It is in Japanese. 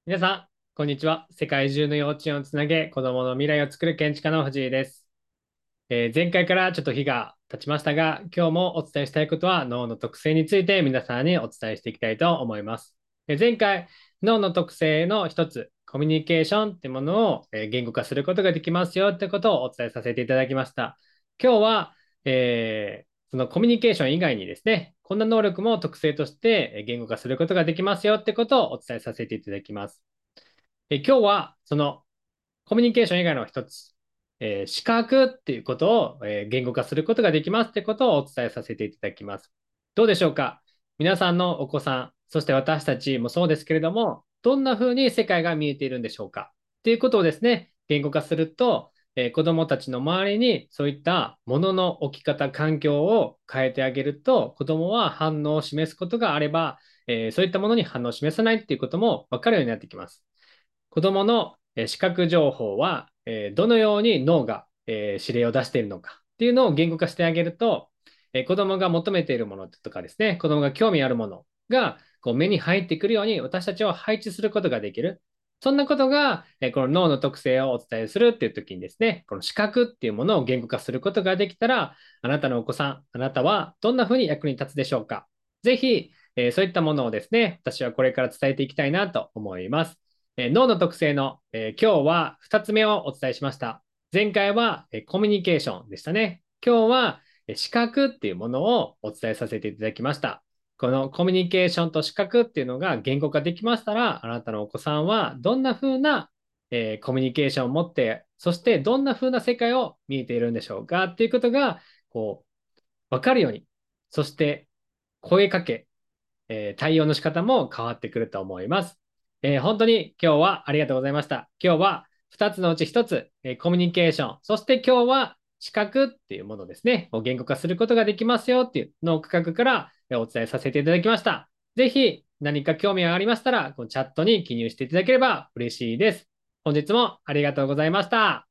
皆さん、こんにちは。世界中の幼稚園をつなげ、子供の未来を作る建築家の藤井です。前回からちょっと日が経ちましたが、今日もお伝えしたいことは脳の特性について皆さんにお伝えしていきたいと思います。前回、脳の特性の一つ、コミュニケーションってものを言語化することができますよってことをお伝えさせていただきました。今日は、そのコミュニケーション以外にですね、こんな能力も特性として言語化することができますよってことをお伝えさせていただきます。今日はそのコミュニケーション以外の一つ、視覚っていうことを、言語化することができますってことをお伝えさせていただきます。どうでしょうか？皆さんのお子さん、そして私たちもそうですけれども、どんな風に世界が見えているんでしょうかっていうことをですね、言語化すると、子供たちの周りにそういったものの置き方、環境を変えてあげると、子供は反応を示すことがあれば、そういったものに反応を示さないっていうことも分かるようになってきます。子供の視覚情報は、どのように脳が指令を出しているのかっていうのを言語化してあげると、子供が求めているものとかですね、子供が興味あるものがこう目に入ってくるように私たちを配置することができる。そんなことが、この脳の特性をお伝えするっていう時にですね、この視覚っていうものを言語化することができたら、あなたのお子さん、あなたはどんなふうに役に立つでしょうか？ぜひ、そういったものをですね、私はこれから伝えていきたいなと思います。脳の特性の、今日は2つ目をお伝えしました。前回は、コミュニケーションでしたね。今日は、視覚っていうものをお伝えさせていただきました。このコミュニケーションと視覚っていうのが言語化できましたら、あなたのお子さんはどんな風な、コミュニケーションを持って、そしてどんな風な世界を見えているんでしょうかっていうことが、こう、わかるように、そして声かけ、対応の仕方も変わってくると思います。本当に今日はありがとうございました。今日は2つのうち1つ、コミュニケーション、そして今日は視覚っていうものですね、を言語化することができますよっていう脳科学からお伝えさせていただきました。ぜひ何か興味がありましたら、このチャットに記入していただければ嬉しいです。本日もありがとうございました。